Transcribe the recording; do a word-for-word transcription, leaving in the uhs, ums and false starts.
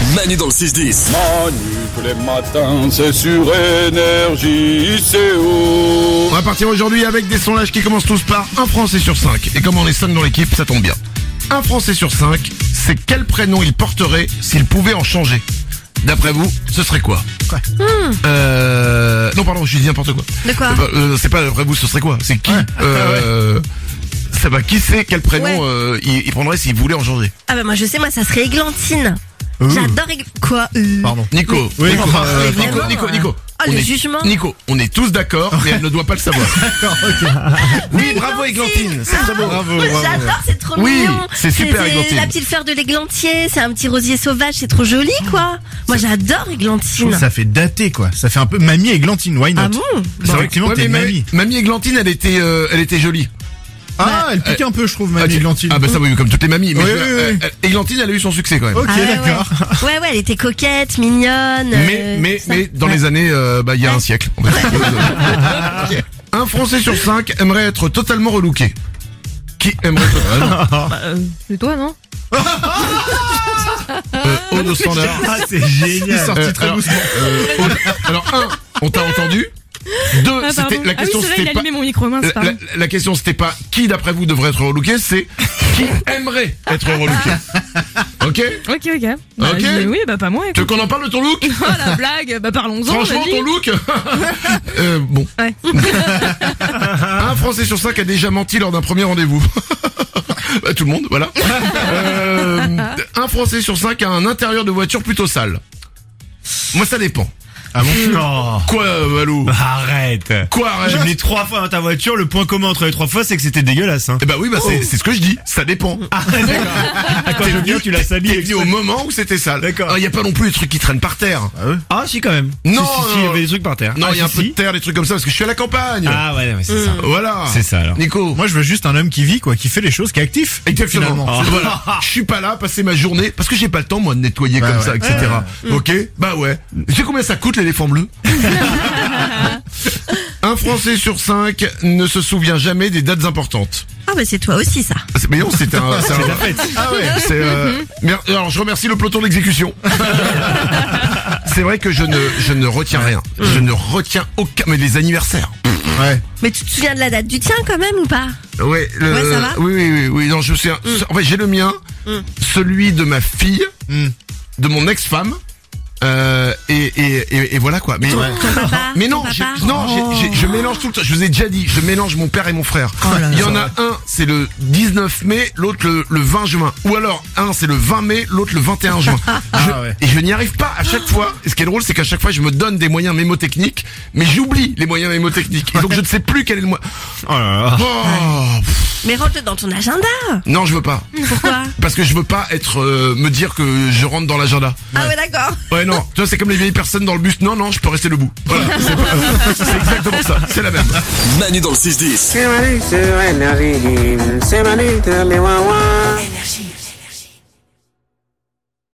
Manu dans le six dix. Manu tous les matins, c'est sur Énergie, c'est où? On va partir aujourd'hui avec des sondages qui commencent tous par un Français sur cinq. Et comme on est cinq dans l'équipe, ça tombe bien. Un Français sur cinq, c'est quel prénom il porterait s'il pouvait en changer? D'après vous, ce serait quoi? Quoi hmm. Euh... Non, pardon, je dis n'importe quoi. De quoi? euh, C'est pas d'après vous, ce serait quoi? C'est qui? Ouais. euh... ouais. Ça va, qui sait quel prénom Ouais. euh, il, il prendrait s'il voulait en changer? Ah bah moi je sais, moi ça serait Églantine. Euh. J'adore Égl... Quoi euh... Pardon. Nico. Oui, Nico, oui, euh, oui, Nico, vraiment, Nico, Nico. Ah, On le est- jugement. Nico, on est tous d'accord, mais elle ne doit pas le savoir. Oui, bravo Églantine, c'est très beau. Bravo, j'adore, c'est trop Oui, mignon. c'est super, Églantine. la petite fleur de l'églantier, c'est un petit rosier sauvage, c'est trop joli quoi. Moi j'adore Je trouve Églantine. que ça fait daté quoi. Ça fait un peu mamie Églantine, why not? Ah bon? C'est vrai que Clément, Ouais, t'es mais mamie. mamie Églantine, elle était, euh, elle était jolie. Ah, elle pique un peu, je trouve, Ah, mamie tu- Églantine. ah bah ça oui, comme toutes les mamies. Mais Oui, je- oui, euh, oui. euh, Églantine, elle a eu son succès quand même. Ok, Ah ouais, d'accord. Ouais. ouais ouais, elle était coquette, mignonne. Mais, euh, mais, ça. mais dans Ouais. les années, euh, bah il y a Ouais. un siècle. en fait. Un Français sur cinq aimerait être totalement relooké. Qui aimerait totalement? C'est toi, non? Euh, Aude au standard. Ah, c'est génial. Sorti Euh, très alors, doucement. euh, Aude, alors un, on t'a entendu. Deux, Ah, c'était pardon. la Ah oui, question, c'est vrai, il c'était a pas. allumé mon micro, mince, la, pardon. la- la question c'était pas qui d'après vous devrait être relooké, c'est qui aimerait être relooké. Ok? Ok, ok. Bah, Ok. je dis oui, bah pas moi, Tu veux écoute. qu'on en parle de ton look? Oh la blague, bah parlons-en, Franchement, vas-y. ton look. euh, bon. Ouais. Un Français sur cinq a déjà menti lors d'un premier rendez-vous. Bah, tout le monde, voilà. Euh, un Français sur cinq a un intérieur de voiture plutôt sale. Moi, ça dépend. Ah bon? Non. Quoi, Valou? Arrête. Quoi, J'ai arrête? venu trois fois dans ta voiture, le point commun entre les trois fois, c'est que c'était dégueulasse, hein. Eh bah oui, bah c'est c'est ce que je dis. Ça dépend. Ah, d'accord. Ah, quand je viens, tu l'as sali. T'es venu au moment où c'était sale. D'accord. Il y a pas non plus des trucs qui traînent par terre. Ah, si, quand même. Non, Si, si, si, il y non. avait des trucs par terre. Non, il Ah, y a un si, peu de si. terre, des trucs comme ça, parce que je suis à la campagne. Ah, ouais, ouais, c'est ça. Voilà. C'est ça, alors. Nico. Moi, je veux juste un homme qui vit, quoi, qui fait les choses, qui est actif. Exactement. Finalement. C'est- Voilà. Je suis pas là, passer ma journée, parce que j'ai pas le temps, moi, de nettoyer Bah comme ouais. ça, et cetera. Ok? Bah ouais. Tu sais combien ça coûte, l'éléphant bleu? Un Français sur cinq ne se souvient jamais des dates importantes. Ah bah c'est toi aussi ça. Ah, c'est- Mais non, c'était un, c'est un- la fête. Ah ouais, c'est, euh, mer- alors, je remercie le peloton d'exécution. C'est vrai que je ne, je ne retiens rien. Je ne retiens aucun, mais les anniversaires. Ouais. Mais tu te souviens de la date du tien quand même ou pas? Ouais, le- Ouais, ça va oui, oui, oui, oui, non, je sais, en fait, j'ai le mien, celui de ma fille, Mm. de mon ex-femme, euh, et, et, et, et voilà quoi. Mais, Ton papa? mais Ton non, j'ai- papa non, j'ai- j'ai- je mélange tout le temps. Je vous ai déjà dit, je mélange mon père et mon frère. là Il y en a un, c'est le dix-neuf mai, l'autre le, le vingt juin. Ou alors, un, c'est le vingt mai, l'autre le vingt et un juin. Je- ouais. Et je n'y arrive pas à chaque fois. Et ce qui est drôle, c'est qu'à chaque fois, je me donne des moyens mémotechniques, mais j'oublie les moyens mémotechniques. Et donc, je ne sais plus quel est le moyen. Oh là là. Oh, pff, Mais rentre dans ton agenda. non, je veux pas. Pourquoi? Parce que je veux pas être, euh, me dire que je rentre dans l'agenda. Ah ouais d'accord. Ouais, non. Tu vois, c'est comme les vieilles personnes dans le bus. Non, non, je peux rester debout. Voilà. C'est pas- c'est exactement ça. C'est la même. Manu dans le six dix. C'est Manu sur Énergie, c'est Manu, tous les ouin-ouin. Énergie.